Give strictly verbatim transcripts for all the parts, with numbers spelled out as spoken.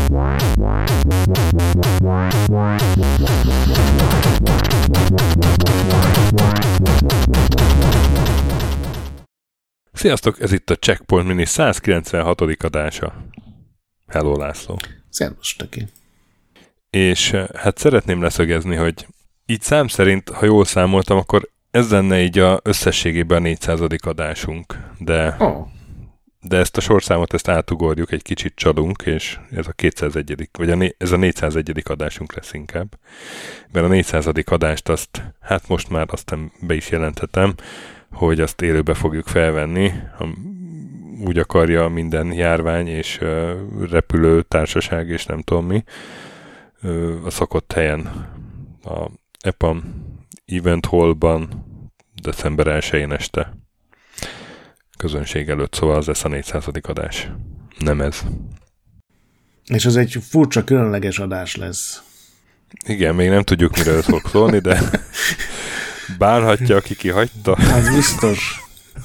Sziasztok, ez itt a Checkpoint Mini százkilencvenhatodik adása. Hello, László. Szervusz, Töki. És hát szeretném leszögezni, hogy így szám szerint, ha jól számoltam, akkor ez lenne így a összességében a négyszázadik adásunk. De, oh. de ezt a sorszámot ezt átugorjuk, egy kicsit csalunk, és ez a kétszázegyedik, vagy a né, ez a négyszázegyedik adásunk lesz inkább. Mert a négyszázadik adást azt, hát most már aztán be is jelenthetem, hogy azt élőbe fogjuk felvenni, úgy akarja minden járvány és uh, repülő társaság és nem tudom mi, uh, a szokott helyen, a e pé á em Event Hallban december elsején este közönség előtt, szóval az lesz a négyszázadik adás. Nem ez. És ez egy furcsa, különleges adás lesz. Igen, még nem tudjuk, mire fog szólni, de bánhatja, aki kihagyta. Az biztos.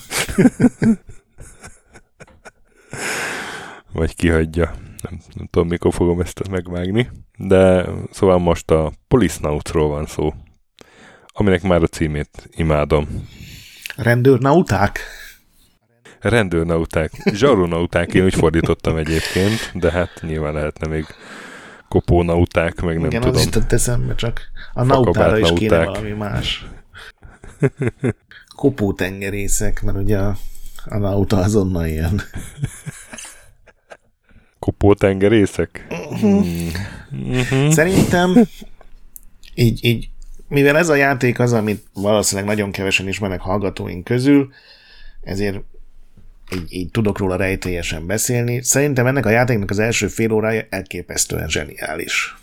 Vagy kihagyja. Nem, nem tudom, mikor fogom ezt megvágni. De szóval most a Policenautsról van szó, aminek már a címét imádom. Rendőrnauták? Rendőrnauták. Zsaronauták, én úgy fordítottam egyébként, de hát nyilván lehetne még kopónauták, meg nem igen, tudom. Igen, az jutott eszembe, csak a nautára is kéne valami más. Kopótengerészek, mert ugye a, a nauta azonnal ilyen. Kopótengerészek? Uh-huh. Mm-hmm. Szerintem így, így, mivel ez a játék az, amit valószínűleg nagyon kevesen ismernek hallgatóink közül, ezért így, így tudok róla rejtélyesen beszélni. Szerintem ennek a játéknak az első fél órája elképesztően zseniális.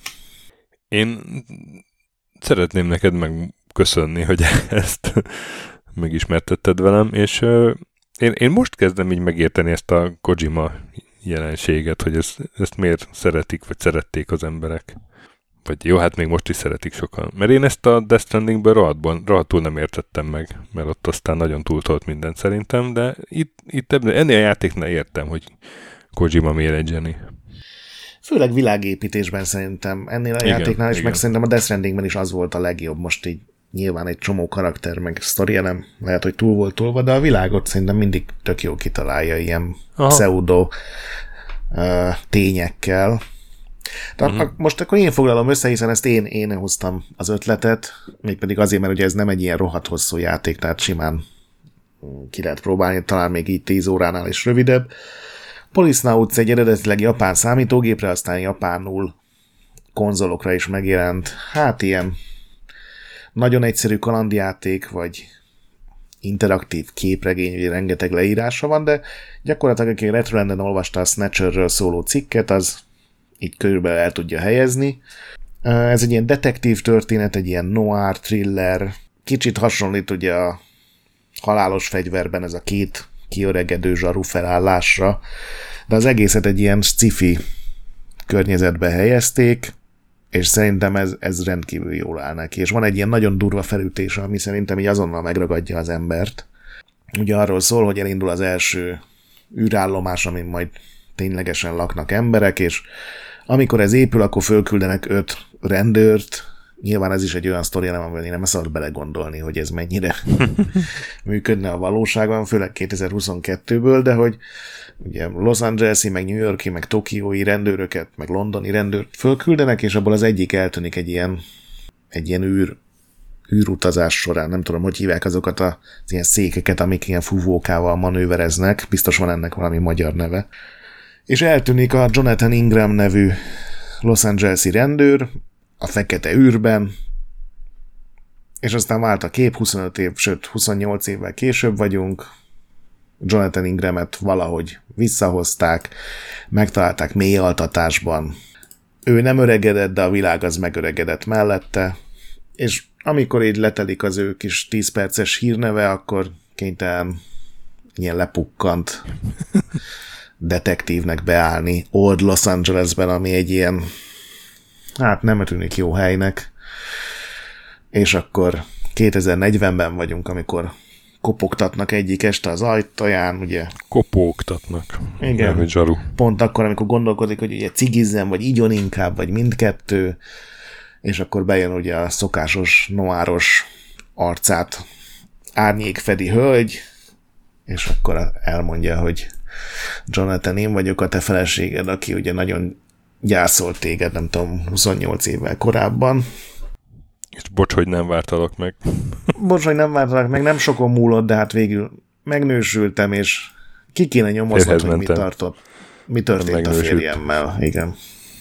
Én szeretném neked megköszönni, hogy ezt megismertetted velem, és uh, én, én most kezdem így megérteni ezt a Kojima jelenséget, hogy ezt, ezt miért szeretik, vagy szerették az emberek. Vagy jó, hát még most is szeretik sokan. Mert én ezt a Death Strandingből rohadtul, rohadtul nem értettem meg, mert ott aztán nagyon túltolt mindent szerintem, de itt, itt ebben, ennél a játéknál értem, hogy Kojima miért egy zseni. Főleg világépítésben szerintem ennél a igen, játéknál, és igen. Meg szerintem a Death Strandingben is az volt a legjobb. Most így nyilván egy csomó karakter, meg sztoria nem lehet, hogy túl volt tolva, de a világot szerintem mindig tök jó kitalálja ilyen aha. pseudo uh, tényekkel. Tehát uh-huh. most akkor én foglalom össze, hiszen ezt én, én hoztam az ötletet, mégpedig azért, mert ugye ez nem egy ilyen rohadt hosszú játék, tehát simán ki lehet próbálni, talán még így tíz óránál is rövidebb. Policenauts egy eredetileg japán számítógépre, aztán japánul konzolokra is megjelent. Hát ilyen nagyon egyszerű kalandjáték, vagy interaktív képregény, vagy rengeteg leírása van, de gyakorlatilag aki Retroranden olvasta a Snatcherről szóló cikket, az így körülbelül el tudja helyezni. Ez egy ilyen detektív történet, egy ilyen noir thriller, kicsit hasonlít ugye a Halálos fegyverben ez a két kiöregedő zsaru felállásra, de az egészet egy ilyen sci-fi környezetbe helyezték, és szerintem ez, ez rendkívül jól áll neki. És van egy ilyen nagyon durva felütés, ami szerintem így azonnal megragadja az embert. Ugye arról szól, hogy elindul az első űrállomás, amin majd ténylegesen laknak emberek, és amikor ez épül, akkor fölküldenek öt rendőrt. Nyilván ez is egy olyan sztori, amiben én nem szabad belegondolni, hogy ez mennyire működne a valóságban, főleg kétezer-huszonkettőből, de hogy ugye Los Angeles-i, meg New York-i, meg Tokiói rendőröket, meg londoni rendőrt fölküldenek, és abból az egyik eltűnik egy ilyen, egy ilyen űr, űrutazás során. Nem tudom, hogy hívják azokat az ilyen székeket, amik ilyen fúvókával manővereznek. Biztos van ennek valami magyar neve. És eltűnik a Jonathan Ingram nevű Los Angeles-i rendőr a fekete űrben, és aztán vált a kép, huszonöt év, sőt huszonnyolc évvel később vagyunk, Jonathan Ingramet valahogy visszahozták, megtalálták mély altatásban. Ő nem öregedett, de a világ az megöregedett mellette, és amikor így letelik az ő kis tíz perces hírneve, akkor kénytelen ilyen lepukkant detektívnek beállni Old Los Angelesben, ami egy ilyen, hát nem tűnik jó helynek, és akkor kétezer-negyvenben vagyunk, amikor kopogtatnak egyik este az ajtaján, ugye. Kopogtatnak. Igen. Nem, zsaru. Pont akkor, amikor gondolkodik, hogy ugye cigizzen, vagy igyon inkább, vagy mindkettő, és akkor bejön ugye a szokásos, noáros arcát árnyék fedi hölgy, és akkor elmondja, hogy Jonathan, én vagyok a te feleséged, aki ugye nagyon gyászolt téged, nem tudom, huszonnyolc évvel korábban. És bocs, hogy nem vártalak meg. Bocs, hogy nem vártalak meg, nem sokon múlott, de hát végül megnősültem, és ki kéne nyomoznod, hogy mi tartott. Mi történt a férjemmel. Igen.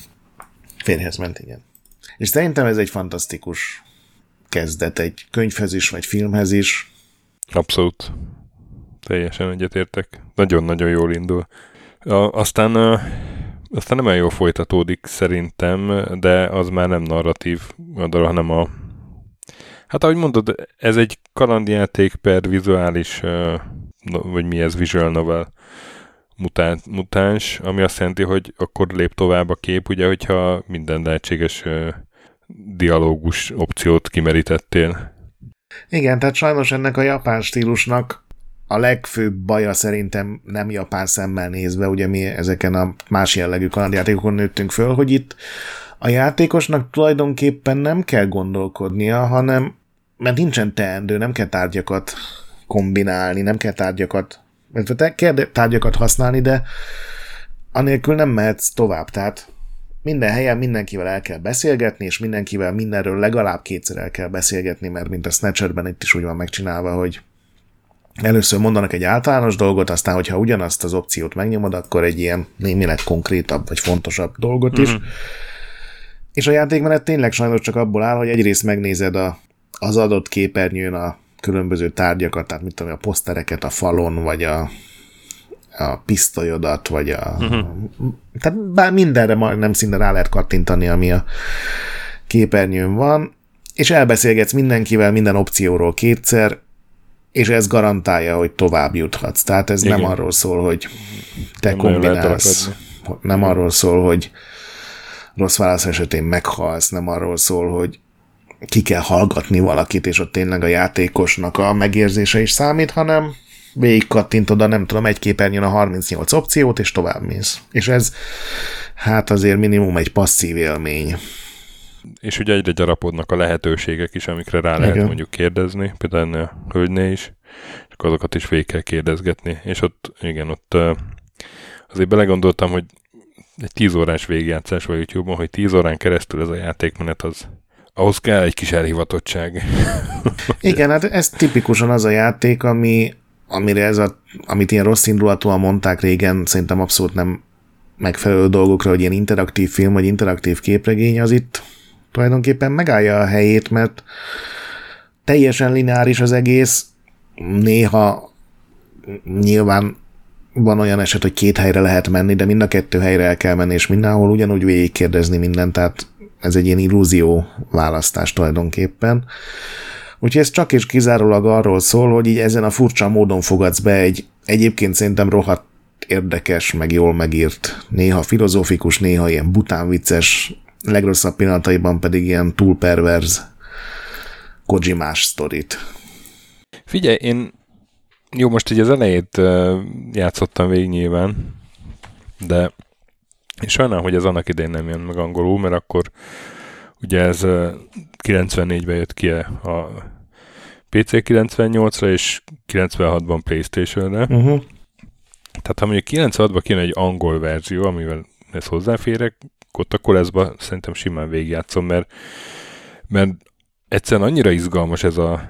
Férjhez ment, igen. És szerintem ez egy fantasztikus kezdet, egy könyvhez is, vagy filmhez is. Abszolút. Teljesen egyetértek. Nagyon-nagyon jól indul. A, aztán, a, aztán nem olyan jól folytatódik szerintem, de az már nem narratív oldalra, hanem a... Hát ahogy mondod, ez egy kalandjáték per vizuális, vagy mi ez, visual novel mutáns, mutáns, ami azt jelenti, hogy akkor lép tovább a kép, ugye, hogyha minden lehetséges dialógus opciót kimerítettél. Igen, tehát sajnos ennek a japán stílusnak a legfőbb baja szerintem nem japán szemmel nézve, ugye mi ezeken a más jellegű kalandjátékokon nőttünk föl, hogy itt a játékosnak tulajdonképpen nem kell gondolkodnia, hanem, mert nincsen teendő, nem kell tárgyakat kombinálni, nem kell tárgyakat, kell tárgyakat használni, de anélkül nem mehetsz tovább, tehát minden helyen mindenkivel el kell beszélgetni, és mindenkivel mindenről legalább kétszer el kell beszélgetni, mert mint a Snatcherben itt is úgy van megcsinálva, hogy először mondanak egy általános dolgot, aztán, hogyha ugyanazt az opciót megnyomod, akkor egy ilyen némileg konkrétabb, vagy fontosabb dolgot is. Mm-hmm. És a játékmenet tényleg sajnos csak abból áll, hogy egyrészt megnézed a, az adott képernyőn a különböző tárgyakat, tehát mit tudom, a posztereket a falon, vagy a, a pisztolyodat, vagy a... Mm-hmm. Tehát bár mindenre majdnem szinte rá lehet kattintani, ami a képernyőn van, és elbeszélgetsz mindenkivel minden opcióról kétszer, és ez garantálja, hogy tovább juthatsz. Tehát ez igen. Nem arról szól, hogy te nem kombinálsz, nem arról szól, hogy rossz válasz esetén meghalsz, nem arról szól, hogy ki kell hallgatni valakit, és ott tényleg a játékosnak a megérzése is számít, hanem végig kattintod a nem tudom, egy képernyőn a harmincnyolc opciót, és tovább mész. És ez hát azért minimum egy passzív élmény. És ugye egyre gyarapodnak a lehetőségek is, amikre rá lehet igen. mondjuk kérdezni, például a hölgynél is, és azokat is végig kell kérdezgetni. És ott, igen, ott azért belegondoltam, hogy egy tíz órás végigjátszás van YouTube-on, hogy tíz órán keresztül ez a játékmenet, az ahhoz kell egy kis elhivatottság. Igen, hát ez tipikusan az a játék, ami, amire ez a, amit ilyen rossz indulatúan mondták régen, szerintem abszolút nem megfelelő dolgokra, hogy ilyen interaktív film, vagy interaktív képregény, az itt tulajdonképpen megállja a helyét, mert teljesen lineáris az egész, néha nyilván van olyan eset, hogy két helyre lehet menni, de mind a kettő helyre el kell menni, és mindenhol ugyanúgy végigkérdezni mindent, tehát ez egy ilyen illúzió választás tulajdonképpen. Úgyhogy ez csak és kizárólag arról szól, hogy így ezen a furcsa módon fogadsz be egy egyébként szerintem rohadt érdekes, meg jól megírt, néha filozófikus, néha ilyen bután vicces, legrosszabb pillanataiban pedig ilyen túl perverz Kojimás sztorit. Figyelj, én jó, most így az elejét uh, játszottam végig nyilván, de és sajnálom, hogy ez annak idején nem jön meg angolul, mert akkor ugye ez uh, kilencvennégyben jött ki a pé cé kilencvennyolcra, és kilencvenhatban PlayStation-re. Uh-huh. Tehát ha mondjuk kilencvenhatban kijön egy angol verzió, amivel ez hozzáférek, ott akkor ezben szerintem simán végigjátszom, mert, mert egyszerűen annyira izgalmas ez a,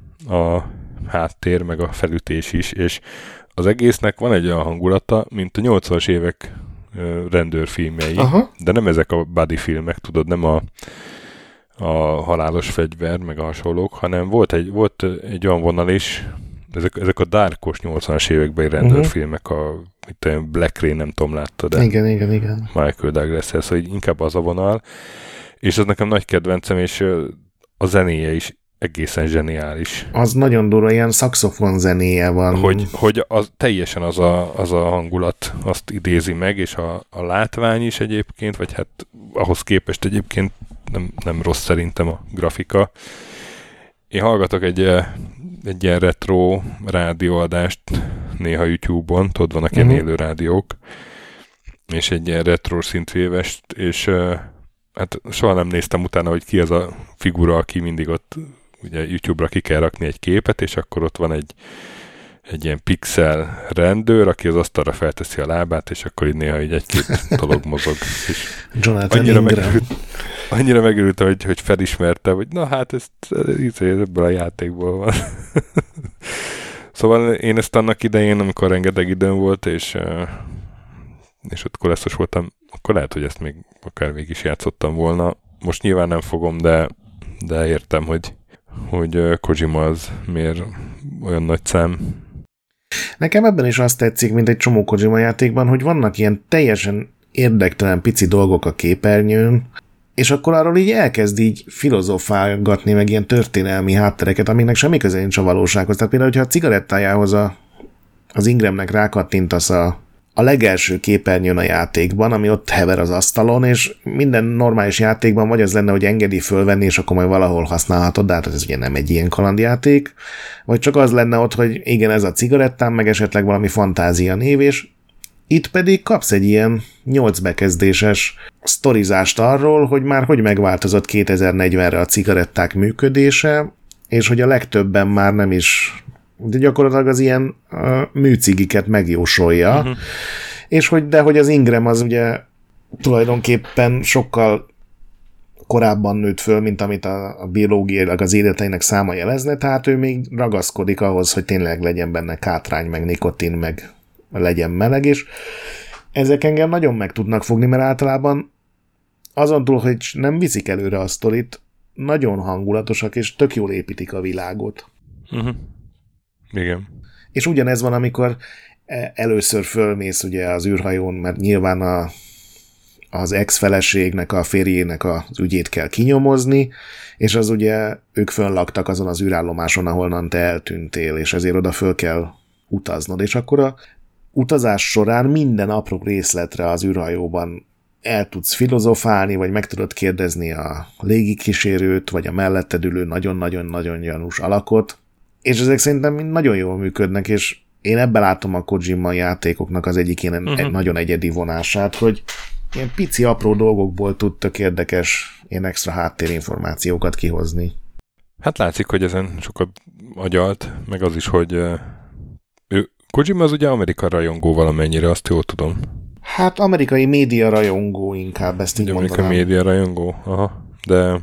a háttér, meg a felütés is, és az egésznek van egy olyan hangulata, mint a nyolcvanas évek rendőrfilmjei, aha. De nem ezek a buddy filmek, tudod, nem a, a halálos fegyver, meg a hasonlók, hanem volt egy, volt egy olyan vonal is, ezek, ezek a dárkos nyolcvanas években rendőrfilmek, a itt Black Rain, nem tudom, láttad, de igen, igen, igen. Michael Douglas-el, szóval inkább az a vonal, és az nekem nagy kedvencem, és a zenéje is egészen zseniális. Az nagyon durva, ilyen szaxofon zenéje van. Hogy, hogy az, teljesen az a, az a hangulat azt idézi meg, és a, a látvány is egyébként, vagy hát ahhoz képest egyébként nem, nem rossz szerintem a grafika. Én hallgatok egy egy ilyen retro rádióadást néha YouTube-on, tudod, vannak ilyen uh-huh. élő rádiók, és egy ilyen retro szintvévest, és uh, hát soha nem néztem utána, hogy ki az a figura, aki mindig ott ugye YouTube-ra ki kell rakni egy képet, és akkor ott van egy egy ilyen pixel rendőr, aki az asztalra felteszi a lábát, és akkor így néha így egy-két dolog mozog. És annyira, megörült, annyira megörültem, hogy, hogy felismertem, hogy na hát ez, ez ebből a játékból van. Szóval én ezt annak idején, amikor rengeteg időm volt, és, és ott kolesztos voltam, akkor lehet, hogy ezt még akár végig is játszottam volna. Most nyilván nem fogom, de, de értem, hogy, hogy Kojima az miért olyan nagy szám. Nekem ebben is azt tetszik, mint egy csomó Kojima játékban, hogy vannak ilyen teljesen érdektelen pici dolgok a képernyőn, és akkor arról így elkezd így filozofálgatni, meg ilyen történelmi háttereket, amiknek semmi köze nincs a valósághoz. Tehát például, hogyha a cigarettájához a, az Ingramnek rákattintasz a, a legelső képernyőn a játékban, ami ott hever az asztalon, és minden normális játékban vagy az lenne, hogy engedi fölvenni, és akkor majd valahol használhatod, de hát ez ugye nem egy ilyen kalandjáték, vagy csak az lenne ott, hogy igen, ez a cigarettám, meg esetleg valami fantázia név, és itt pedig kapsz egy ilyen nyolc bekezdéses sztorizást arról, hogy már hogy megváltozott kétezer-negyvenre a cigaretták működése, és hogy a legtöbben már nem is, de gyakorlatilag az ilyen uh, műcigiket megjósolja, uh-huh. és hogy, de hogy az Ingram az ugye tulajdonképpen sokkal korábban nőtt föl, mint amit a, a biológiailag az életeinek száma jelezne, tehát ő még ragaszkodik ahhoz, hogy tényleg legyen benne kátrány, meg nikotin, meg legyen meleg, és ezek engem nagyon meg tudnak fogni, mert általában azon túl, hogy nem viszik előre a sztorit, nagyon hangulatosak, és tök jól építik a világot. Uh-huh. Igen. És ugyanez van, amikor először fölmész ugye az űrhajón, mert nyilván a, az ex-feleségnek, a férjének az ügyét kell kinyomozni, és az ugye ők fönnlaktak azon az űrállomáson, ahonnan te eltűntél, és ezért oda föl kell utaznod. És akkor a utazás során minden apró részletre az űrhajóban el tudsz filozofálni, vagy meg tudod kérdezni a légikísérőt, vagy a melletted ülő nagyon-nagyon-nagyon gyanús alakot, és ezek szerintem nagyon jól működnek, és én ebben látom a Kojima játékoknak az egyik ilyen uh-huh. egy nagyon egyedi vonását, hogy ilyen pici apró dolgokból tud tök érdekes ilyen extra háttérinformációkat kihozni. Hát látszik, hogy ezen sokat agyalt, meg az is, hogy ő, Kojima az ugye Amerika rajongó valamennyire, azt jól tudom. Hát amerikai média rajongó inkább, ezt így mondanám. Amerikai média rajongó, aha, de,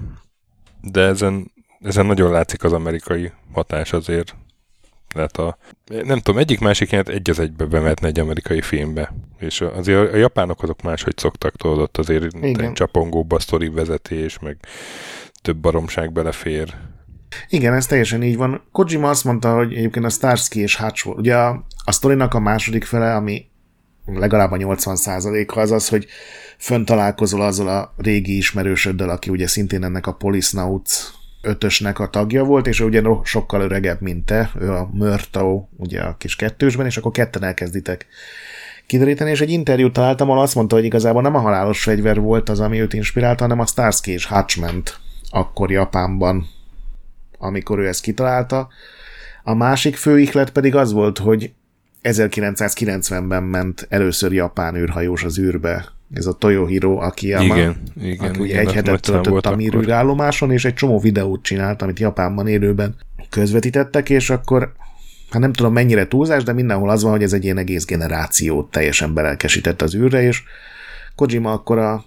de ezen, ezen nagyon látszik az amerikai hatás azért. Lehet a, nem tudom, egyik-másik ilyet egy az egybe bemetne egy amerikai filmbe. És azért a japánok azok máshogy szoktak, tudod, ott azért egy csapongóbb a sztori vezetés, meg több baromság belefér. Igen, ez teljesen így van. Kojima azt mondta, hogy egyébként a Starsky és Hutch volt. Ugye a, a sztorinak a második fele, ami legalább a nyolcvan százaléka az az, hogy fönn találkozol azzal a régi ismerősöddel, aki ugye szintén ennek a Policenauts ötösnek a tagja volt, és ő ugye sokkal öregebb, mint te, ő a Murtaugh, ugye a kis kettősben, és akkor ketten elkezditek kideríteni, és egy interjút találtam, ahol azt mondta, hogy igazából nem a halálos fegyver volt az, ami őt inspirálta, hanem a Starsky és Hutch ment akkor Japánban, amikor ő ezt kitalálta. A másik fő ihlet pedig az volt, hogy ezerkilencszázkilencvenben ment először japán űrhajós az űrbe. Ez a Toyohiro Akiyama, igen, igen, aki igen, egy hetet töltött a Mir űrállomáson, és egy csomó videót csinált, amit Japánban élőben közvetítettek, és akkor, hát nem tudom mennyire túlzás, de mindenhol az van, hogy ez egy ilyen egész generációt teljesen belelkesített az űrre, és Kojima akkor a,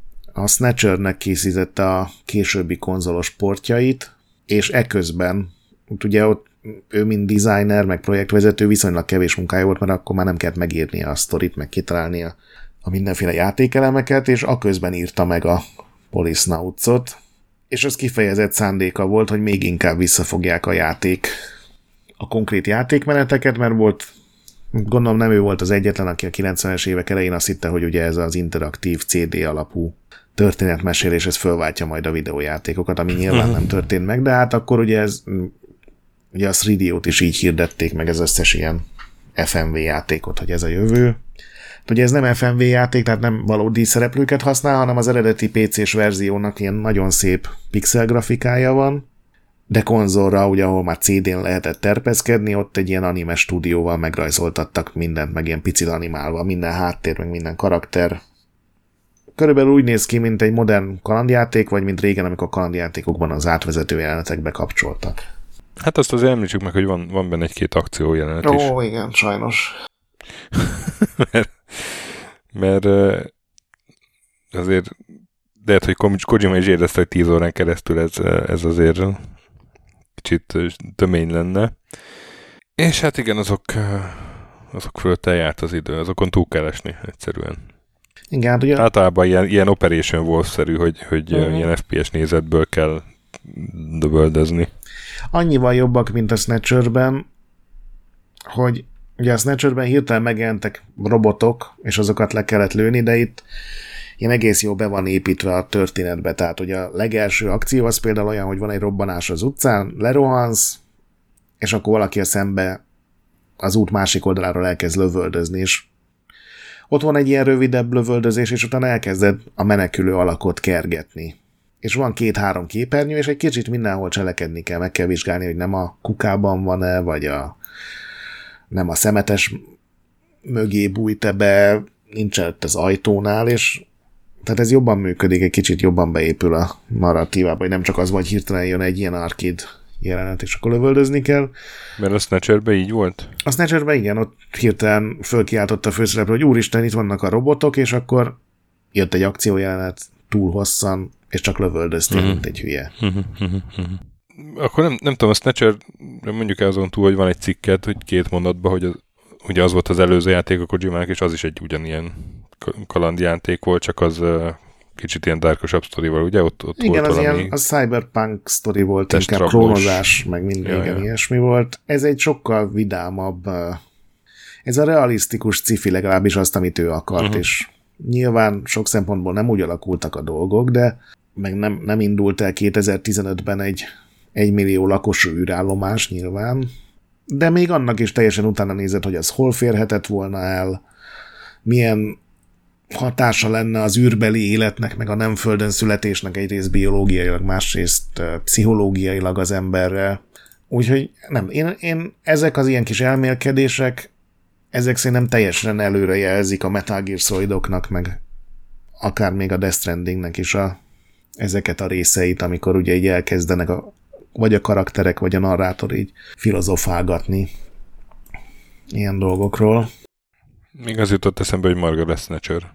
a Snatchernek készítette a későbbi konzolos portjait, és eközben, ugye ott ő mint designer, meg projektvezető viszonylag kevés munkája volt, mert akkor már nem kellett megírnia a sztorit, meg kitalálnia a mindenféle játékelemeket, és aközben írta meg a Policenautsot, és az kifejezett szándéka volt, hogy még inkább visszafogják a játék, a konkrét játékmeneteket, mert volt, gondolom nem ő volt az egyetlen, aki a kilencvenes évek elején azt hitte, hogy ugye ez az interaktív cé dé alapú történetmesélés, ez fölváltja majd a videójátékokat, ami nyilván nem történt meg, de hát akkor ugye ez, ugye a három dé-ot is így hirdették meg, ez összes ilyen ef em vé játékot, hogy ez a jövő. Ugye ez nem ef em vé játék, tehát nem valódi szereplőket használ, hanem az eredeti pé cés verziónak ilyen nagyon szép pixel grafikája van, de konzolra, ugye, ahol már cé dén lehetett terpeszkedni, ott egy ilyen anime stúdióval megrajzoltattak mindent, meg ilyen picit animálva, minden háttér, meg minden karakter. Körülbelül úgy néz ki, mint egy modern kalandjáték, vagy mint régen, amikor kalandjátékokban az átvezető jelenetekbe kapcsoltak. Hát azt azért említsük meg, hogy van, van benne egy-két akció jelenet Ó, is. Ó, igen, sajnos. mert, mert azért lehet, hogy Kojima is érezte, hogy tíz órán keresztül ez, ez azért kicsit tömény lenne. És hát igen, azok, azok fölött eljárt az idő, azokon túl kell esni egyszerűen. Igen, hát ugye... Általában ilyen, ilyen Operation Wolf-szerű, hogy, hogy uh-huh. ilyen ef pé es nézetből kell dövöldözni. Annyival jobbak, mint a Snatcherben, hogy ugye a Snatcherben hirtelen megjelentek robotok, és azokat le kellett lőni, de itt ilyen egész jó be van építve a történetbe. Tehát ugye a legelső akció az például olyan, hogy van egy robbanás az utcán, lerohansz, és akkor valaki a szembe az út másik oldaláról elkezd lövöldözni, és ott van egy ilyen rövidebb lövöldözés, és utána elkezded a menekülő alakot kergetni. És van két-három képernyő, és egy kicsit mindenhol cselekedni kell, meg kell vizsgálni, hogy nem a kukában van-e, vagy a, nem a szemetes mögé bújt-e be, nincs ott az ajtónál, és tehát ez jobban működik, egy kicsit jobban beépül a narratívába, hogy nem csak az, hogy hirtelen jön egy ilyen arcade jelenet, és akkor lövöldözni kell. Mert a Snatcherben így volt? A Snatcherben igen, ott hirtelen fölkiáltott a főszereplő, hogy úristen, itt vannak a robotok, és akkor jött egy akciójelenet túl hosszan, és csak lövöldöztél, uh-huh. mint egy hülye. Uh-huh. Uh-huh. Akkor nem, nem tudom, a Snatcher, mondjuk azon túl, hogy van egy cikket, hogy két mondatban, hogy az, ugye az volt az előző játék a Kojimának, és az is egy ugyanilyen kalandjáték volt, csak az uh, kicsit ilyen darkosabb sztorival, ugye? Ott, ott igen, volt az valami... ilyen a cyberpunk sztori volt, inkább klónozás, meg minden ja, igen, ja. ilyesmi volt. Ez egy sokkal vidámabb, uh, ez a realisztikus cifi, legalábbis azt, amit ő akart, uh-huh. és nyilván sok szempontból nem úgy alakultak a dolgok, de meg nem, nem indult el kétezer-tizenötben egy egymillió lakosú űrállomás nyilván, de még annak is teljesen utána nézett, hogy az hol férhetett volna el, milyen hatása lenne az űrbeli életnek, meg a nem földön születésnek egyrészt biológiailag, másrészt uh, pszichológiailag az emberre. Úgyhogy nem, én, én ezek az ilyen kis elmélkedések, ezek szerintem teljesen előre jelzik a Metal Gear Solidoknak, meg akár még a Death Strandingnek is a, ezeket a részeit, amikor ugye így elkezdenek a, vagy a karakterek, vagy a narrátor így filozofálgatni ilyen dolgokról. Még az jutott eszembe, hogy Marga lesz Snatcher.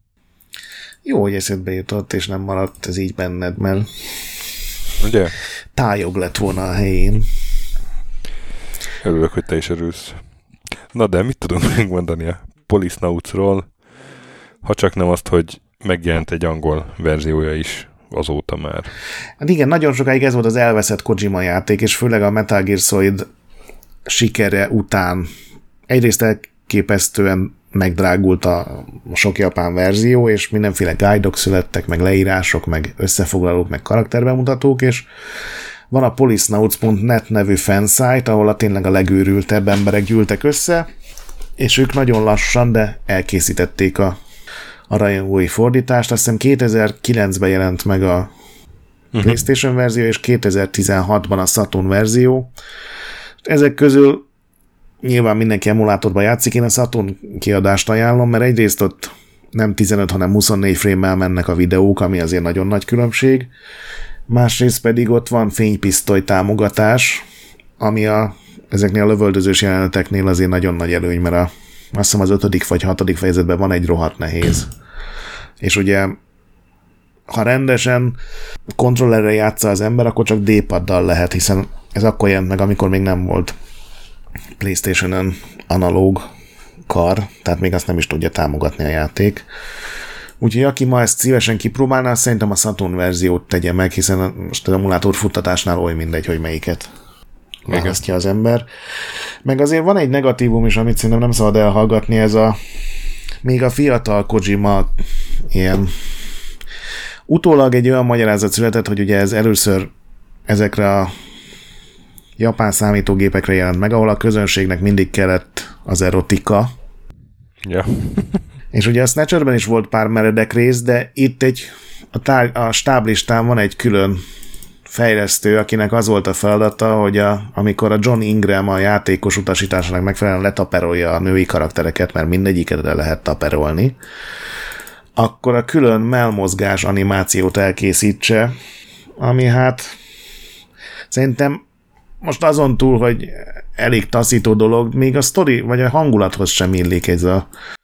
Jó, hogy eszedbe jutott, és nem maradt ez így benned, mert ugye? Tájog lett volna a helyén. Örülök, hogy te is örülsz. Na de mit tudunk megmondani a Policenautsról, ha csak nem azt, hogy megjelent egy angol verziója is azóta már. Hát igen, nagyon sokáig ez volt az elveszett Kojima játék, és főleg a Metal Gear Solid sikere után egyrészt elképesztően megdrágult a sok japán verzió, és mindenféle guide-ok születtek, meg leírások, meg összefoglalók, meg karakterbemutatók, és van a policenauts pont net nevű fansite, ahol a tényleg a legőrültebb emberek gyűltek össze, és ők nagyon lassan, de elkészítették a, a rajongói fordítást. Azt hiszem kétezer-kilencben jelent meg a uh-huh. PlayStation verzió, és kétezer-tizenhatban a Saturn verzió. Ezek közül nyilván mindenki emulátorban játszik, én a Saturn kiadást ajánlom, mert egyrészt ott nem tizenöt, hanem huszonnégy frame-mel mennek a videók, ami azért nagyon nagy különbség. Másrészt pedig ott van fénypisztoly támogatás, ami a, ezeknél a lövöldözős jeleneteknél azért nagyon nagy előny, mert a, azt hiszem az ötödik vagy hatodik fejezetben van egy rohadt nehéz. És ugye, ha rendesen kontrollerre játsza az ember, akkor csak D-paddal lehet, hiszen ez akkor jelent meg, amikor még nem volt PlayStation-ön analóg kar, tehát még azt nem is tudja támogatni a játék. Úgyhogy aki ma ezt szívesen kipróbálná, szerintem a Saturn verziót tegye meg, hiszen most az emulátor futtatásnál oly mindegy, hogy melyiket választja az ember. Meg azért van egy negatívum is, amit szerintem nem szabad elhallgatni, ez a még a fiatal Kojima ilyen utólag egy olyan magyarázat született, hogy ugye ez először ezekre a japán számítógépekre jelent meg, ahol a közönségnek mindig kellett az erotika. Ja. És ugye a Snatcherben is volt pár meredek rész, de itt egy a, tár- a stáblistán van egy külön fejlesztő, akinek az volt a feladata, hogy a, amikor a John Ingram a játékos utasításának megfelelően letaperolja a női karaktereket, mert mindegyiket le lehet taperolni, akkor a külön mellmozgás animációt elkészítse, ami hát szerintem most azon túl, hogy elég taszító dolog, még a sztori, vagy a hangulathoz sem illik ez a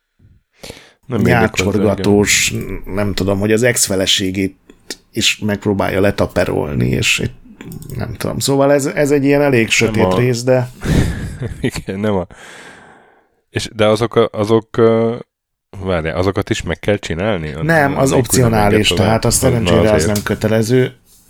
nyácsorgatós, nem tudom, hogy az ex-feleségét is megpróbálja letaperolni, és nem tudom. Szóval ez, ez egy ilyen elég sötét a... rész, de... Igen, nem a... És, de azok, azok várjál, azokat is meg kell csinálni? Nem, az opcionális, tehát az szerencsére az nem kötelező,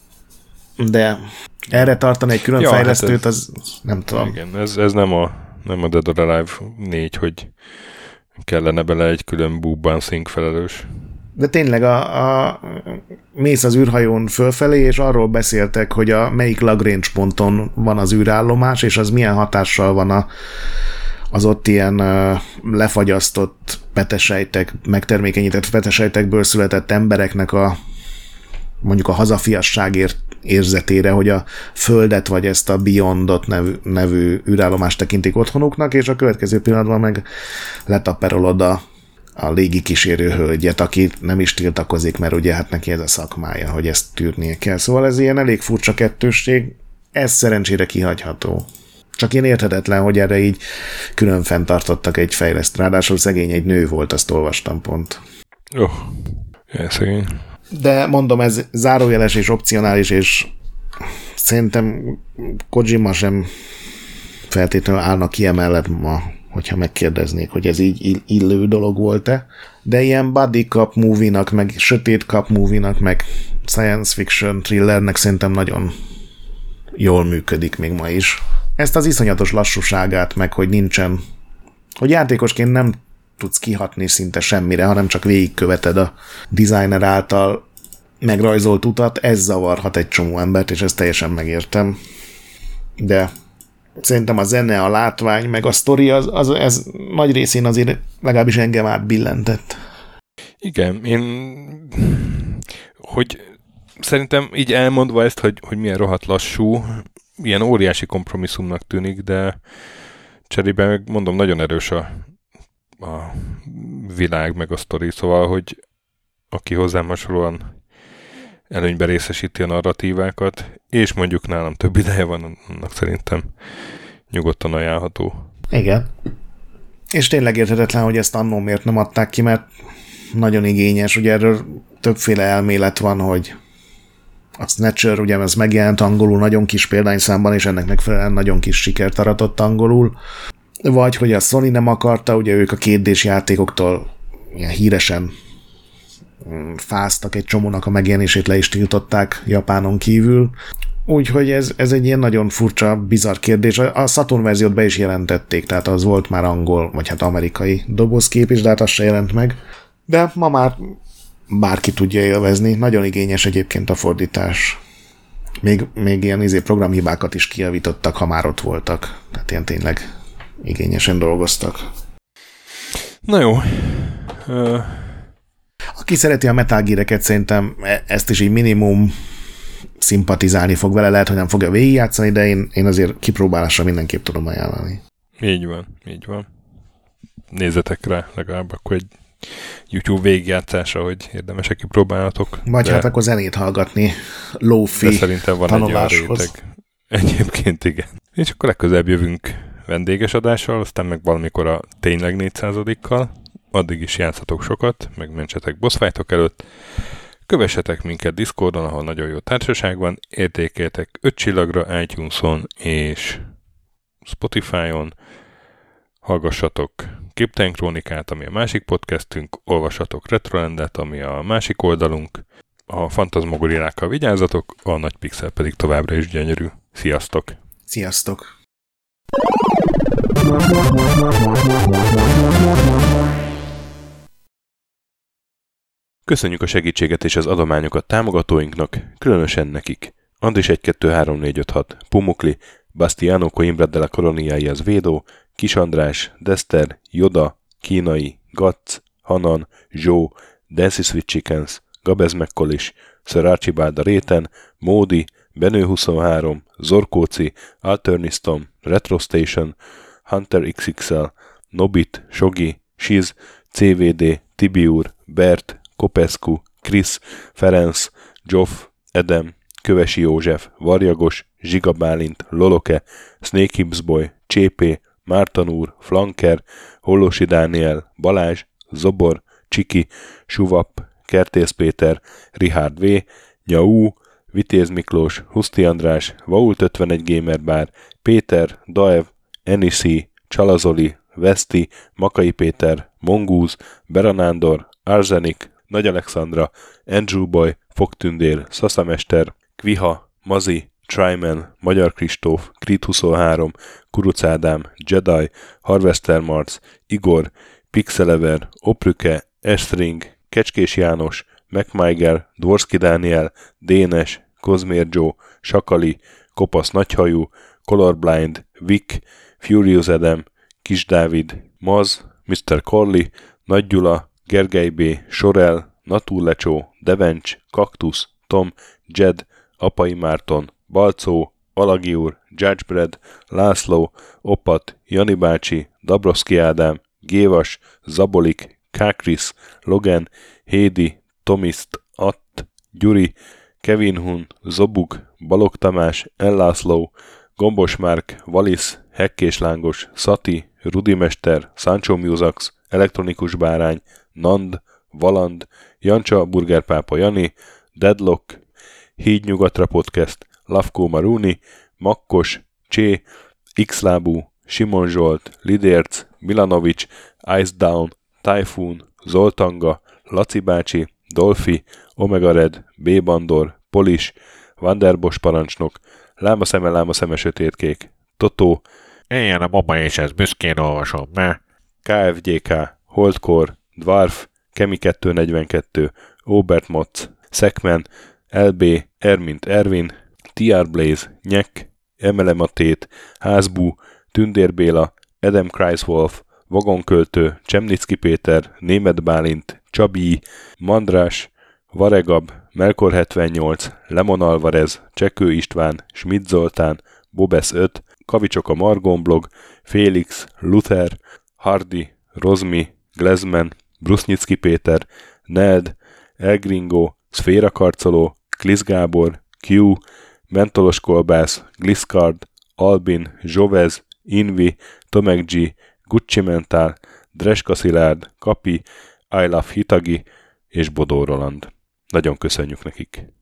de erre tartani egy külön ja, fejlesztőt, hát ez, az nem tudom. Igen, ez, ez nem a, nem a Dead or Alive négy, hogy kellene bele egy külön boob bouncing felelős. De tényleg a, a mész az űrhajón fölfelé, és arról beszéltek, hogy a melyik Lagrange ponton van az űrállomás, és az milyen hatással van a, az ott ilyen uh, lefagyasztott petesejtek, megtermékenyített petesejtekből született embereknek a mondjuk a hazafiasságért érzetére, hogy a Földet vagy ezt a Beyondot nevű, nevű űrállomást tekintik otthonuknak, és a következő pillanatban meg letaperolod a, a légi kísérő hölgyet, aki nem is tiltakozik, mert ugye hát neki ez a szakmája, hogy ezt tűrnie kell. Szóval ez ilyen elég furcsa kettősség, ez szerencsére kihagyható. Csak én érthetetlen, hogy erre így külön fenntartottak egy fejleszt. Ráadásul szegény egy nő volt, azt olvastam pont. Jó, oh, szegény. De mondom, ez zárójeles és opcionális, és szerintem Kojima sem feltétlenül állnak ki emellett ma, hogyha megkérdeznék, hogy ez így illő dolog volt-e. De ilyen buddy cop movie-nak, meg sötét cop movie-nak, meg science fiction thrillernek szerintem nagyon jól működik még ma is. Ezt az iszonyatos lassúságát, meg hogy nincsen, hogy játékosként nem tudsz kihatni szinte semmire, hanem csak végigköveted a designer által megrajzolt utat, ez zavarhat egy csomó embert, és ezt teljesen megértem. De szerintem a zene, a látvány, meg a sztori, az, az, ez nagy részén azért legalábbis engem átbillentett. Igen, én hogy szerintem így elmondva ezt, hogy, hogy milyen rohadt lassú, ilyen óriási kompromisszumnak tűnik, de cserében meg mondom, nagyon erős a a világ, meg a sztori, szóval, hogy aki hozzám hasonlóan előnyben részesíti a narratívákat, és mondjuk nálam több ideje van, annak szerintem nyugodtan ajánlható. Igen. És tényleg érthetetlen, hogy ezt annól miért nem adták ki, mert nagyon igényes. Ugye erről többféle elmélet van, hogy a Snatcher, ugye ez megjelent angolul nagyon kis példányszámban, és ennek megfelelően nagyon kis sikert aratott angolul. Vagy hogy a Sony nem akarta, ugye ők a kétdés játékoktól ilyen híresen fáztak, egy csomónak a megjelenését le is tiltották Japánon kívül. Úgyhogy ez, ez egy ilyen nagyon furcsa, bizarr kérdés. A Saturn verziót be is jelentették, tehát az volt már angol, vagy hát amerikai dobozkép is, de hát az se jelent meg. De ma már bárki tudja élvezni. Nagyon igényes egyébként a fordítás. Még, még ilyen izé programhibákat is kijavítottak, ha már ott voltak. Tehát ilyen tényleg igényesen dolgoztak. Na jó. Uh... Aki szereti a Metal Gear-eket, szerintem ezt is így minimum szimpatizálni fog vele, lehet, hogy nem fogja végigjátszani, de én, én azért kipróbálásra mindenképp tudom ajánlani. Így van, így van. Nézzetek rá legalább akkor egy YouTube végigjátszása, hogy érdemes-e kipróbálnatok. Vagy de... hát akkor zenét hallgatni low-fi szerintem van tanuláshoz. Egy egyébként igen. És akkor legközelebb jövünk vendéges adással, aztán meg valamikor a tényleg négyszázadikkal. Addig is játszatok sokat, meg mentsetek boss fightok előtt. Kövessetek minket Discordon, ahol nagyon jó társaság van, értékeltek öt csillagra iTunes-on és Spotify-on. Hallgassatok Képtelen Krónikát, ami a másik podcastünk, olvassatok Retrolandet, ami a másik oldalunk. A fantazmagorilákkal vigyázzatok, a Nagy Pixel pedig továbbra is gyönyörű. Sziasztok! Sziasztok! Köszönjük a segítséget és az adományokat támogatóinknak, különösen nekik. Andris egy kettő három négy öt hat, Pumukli, Bastiano Coimbra de la Coloniai az Védó, Kis András, Dester, Joda, Kínai, Gatz, Hanan, Zsó, Dancy Sweet Chickens, Gabez Mekkolis, Sir Archibald a Réten, Módi, Benő huszonhárom, Zorkóci, Alternistom, Retro Station, Hunter iksz iksz el, Nobit, Sogi, Siz, cé vé dé, Tibiur, Bert, Kopescu, Krisz, Ferenc, Zsoff, Edem, Kövesi József, Varjagos, Zsiga Bálint, Loloke, Snake Hips Boy, Csépé, Márton úr, Flanker, Hollosi Dániel, Balázs, Zobor, Csiki, Suvap, Kertész Péter, Richard V, Nyau, Vitéz Miklós, Huszti András, Vault ötvenegy Gamer Bar, Péter, Daev, Enisi, Csalazoli, Veszti, Makai Péter, Mongúz, Beranándor, Arzenik, Nagy Alexandra, Andrew Boy, Fogtündér, Szaszamester, Kviha, Mazi, Tryman, Magyar Kristóf, Krit huszonhárom, Kuruc Ádám, Jedi, Harvester Marc, Igor, Pixelever, Oprüke, Estring, Kecskés János, MacMiger, Dvorski Dániel, Dénes, Kozmér Joe, Sakali, Kopasz Nagyhajú, Colorblind, Vic, Furious Adam, Kis Dávid, Maz, miszter Corley, Nagy Gyula, Gergely B., Sorel, Natúrlecsó, Devencs, Kaktusz, Tom, Jed, Apai Márton, Balcó, Alagi úr, Judgebred, László, Opat, Jani bácsi, Dabrowski Ádám, Gévas, Zabolik, Kákris, Logan, Hédi, Tomiszt, Att, Gyuri, Kevin Hun, Zobug, Balog Tamás, Ellászló, Gombos Márk, Valisz, Hekkés Lángos, Szati, Rudimester, Sancho Musax, Elektronikus Bárány, Nand, Valand, Jancsa, Burgerpápa Jani, Deadlock, Hídnyugatra Podcast, Lavkó Maruni, Makkos, Csé, Xlábú, Simon Zsolt, Lidérc, Milanovic, Ice Down, Typhoon, Zoltanga, Laci bácsi, Dolfi, Omega Red, B. Bandor, Polis, Vanderbos parancsnok, Lámaszeme, Lámaszeme sötétkék, Totó, Éljen a baba és ez büszkén olvasom, ne? ká ef gé ká, Holdcore, Dwarf, Kemi kettőnegyvenkettő, Obert Motz, Szekmen, el bé, Ermint Ervin, té er Blaze, Nyek, Emele Matét, Házbú, Tündér Béla, Adam Kreiswolf, Vagonköltő, Csemnicki Péter, Németh Bálint, Csabi, Mandrás, Varegab, Melkor hetvennyolc, Lemon Alvarez, Csekő István, Schmidt Zoltán, Bobesz öt, Kavicsok a Margon blog, Félix, Luther, Hardy, Rozmi, Glezman, Brusznyicki Péter, Ned, Elgringo, Szféra Karcoló, Klisz Gábor, Q, Mentolos Kolbász, Gliscard, Albin, Zsovez, Invi, Tomek G, Gucci Mentál, Dreska Szilárd, Kapi, I Love Hitagi és Bodó Roland. Nagyon köszönjük nekik!